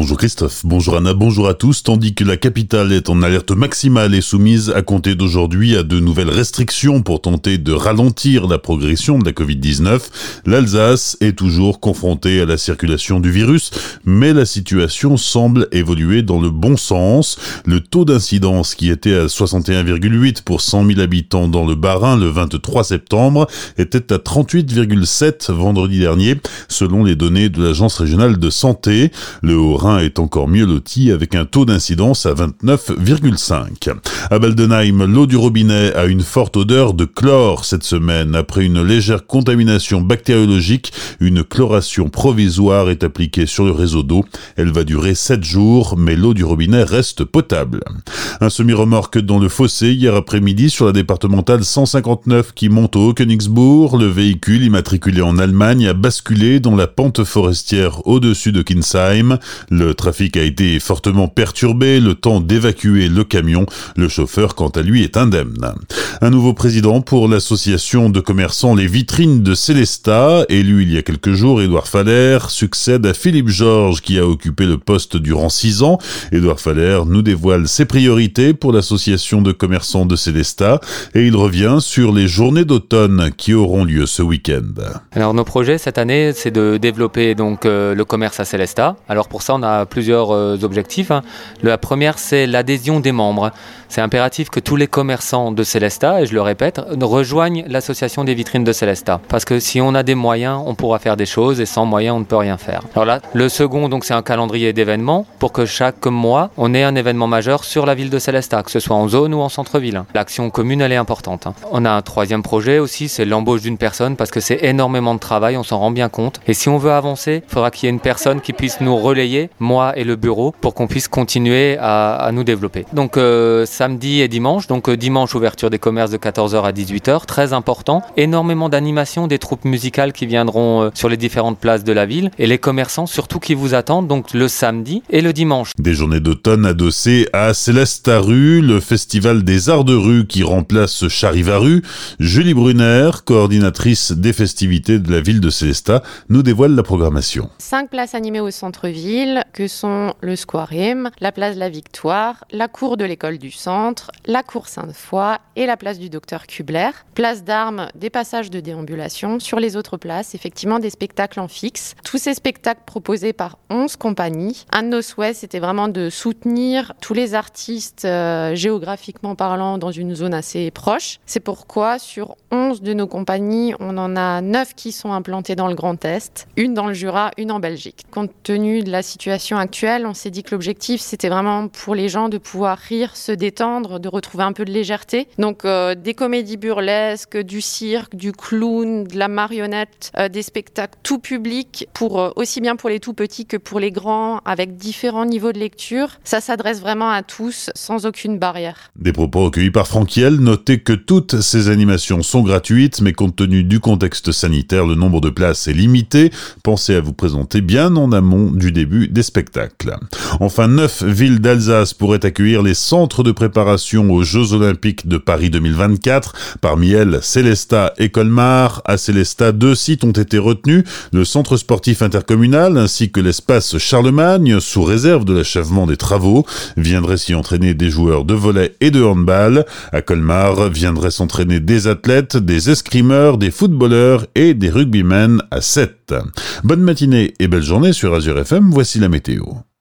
Bonjour Christophe, bonjour Anna, bonjour à tous. Tandis que la capitale est en alerte maximale et soumise à compter d'aujourd'hui à de nouvelles restrictions pour tenter de ralentir la progression de la Covid-19, l'Alsace est toujours confrontée à la circulation du virus, mais la situation semble évoluer dans le bon sens. Le taux d'incidence qui était à 61,8 pour 100 000 habitants dans le Bas-Rhin le 23 septembre était à 38,7 vendredi dernier, selon les données de l'Agence régionale de santé. Le Haut-Rhin est encore mieux loti avec un taux d'incidence à 29,5. À Baldenheim, l'eau du robinet a une forte odeur de chlore cette semaine. Après une légère contamination bactériologique, une chloration provisoire est appliquée sur le réseau d'eau. Elle va durer 7 jours, mais l'eau du robinet reste potable. Un semi-remorque dans le fossé hier après-midi sur la départementale 159 qui monte au Königsbourg. Le véhicule immatriculé en Allemagne a basculé dans la pente forestière au-dessus de Kinsheim. Le trafic a été fortement perturbé, le temps d'évacuer le camion. Le chauffeur, quant à lui, est indemne. Un nouveau président pour l'association de commerçants Les Vitrines de Célestat. Élu il y a quelques jours, Édouard Faller succède à Philippe Georges qui a occupé le poste durant 6 ans. Édouard Faller nous dévoile ses priorités pour l'association de commerçants de Célestat et il revient sur les journées d'automne qui auront lieu ce week-end. Alors nos projets cette année, c'est de développer donc le commerce à Célestat. Alors pour ça, on a plusieurs objectifs. La première, c'est l'adhésion des membres. C'est impératif que tous les commerçants de Célestat, et je le répète, rejoignent l'association des vitrines de Célestat. Parce que si on a des moyens, on pourra faire des choses et sans moyens, on ne peut rien faire. Alors là, le second, donc, c'est un calendrier d'événements pour que chaque mois, on ait un événement majeur sur la ville de Célestat, que ce soit en zone ou en centre-ville. L'action commune, elle est importante. On a un troisième projet aussi, c'est l'embauche d'une personne parce que c'est énormément de travail, on s'en rend bien compte. Et si on veut avancer, il faudra qu'il y ait une personne qui puisse nous relayer, moi et le bureau, pour qu'on puisse continuer à nous développer. Donc samedi et dimanche, donc dimanche ouverture des commerces de 14h à 18h, très important, énormément d'animations, des troupes musicales qui viendront sur les différentes places de la ville et les commerçants surtout qui vous attendent donc le samedi et le dimanche. Des journées d'automne adossées à Célestat-Rue, le festival des arts de rue qui remplace Charivaru. Julie Brunner, coordinatrice des festivités de la ville de Célestat, nous dévoile la programmation. 5 places animées au centre-ville que sont le Square-Im, la place de la Victoire, la cour de l'école du centre, la cour Sainte-Foy et la place du docteur Kubler. Place d'armes, des passages de déambulation. Sur les autres places, effectivement, des spectacles en fixe. Tous ces spectacles proposés par 11 compagnies. Un de nos souhaits, c'était vraiment de soutenir tous les artistes géographiquement parlant dans une zone assez proche. C'est pourquoi sur 11 de nos compagnies, on en a 9 qui sont implantées dans le Grand Est, une dans le Jura, une en Belgique. Compte tenu de la situation actuelle, on s'est dit que l'objectif, c'était vraiment pour les gens de pouvoir rire, se détendre, de retrouver un peu de légèreté. Donc des comédies burlesques, du cirque, du clown, de la marionnette, des spectacles tout public, aussi bien pour les tout petits que pour les grands, avec différents niveaux de lecture. Ça s'adresse vraiment à tous, sans aucune barrière. Des propos recueillis par Franquiel. Notez que toutes ces animations sont gratuites, mais compte tenu du contexte sanitaire, le nombre de places est limité. Pensez à vous présenter bien en amont du début des spectacles. Enfin, 9 villes d'Alsace pourraient accueillir les centres de préparation aux Jeux Olympiques de Paris 2024. Parmi elles, Célestat et Colmar. À Célestat, 2 sites ont été retenus, le centre sportif intercommunal ainsi que l'espace Charlemagne, sous réserve de l'achèvement des travaux. Viendraient s'y entraîner des joueurs de volley et de handball. À Colmar, viendraient s'entraîner des athlètes, des escrimeurs, des footballeurs et des rugbymen à 7. Bonne matinée et belle journée sur Azure FM, voici la météo.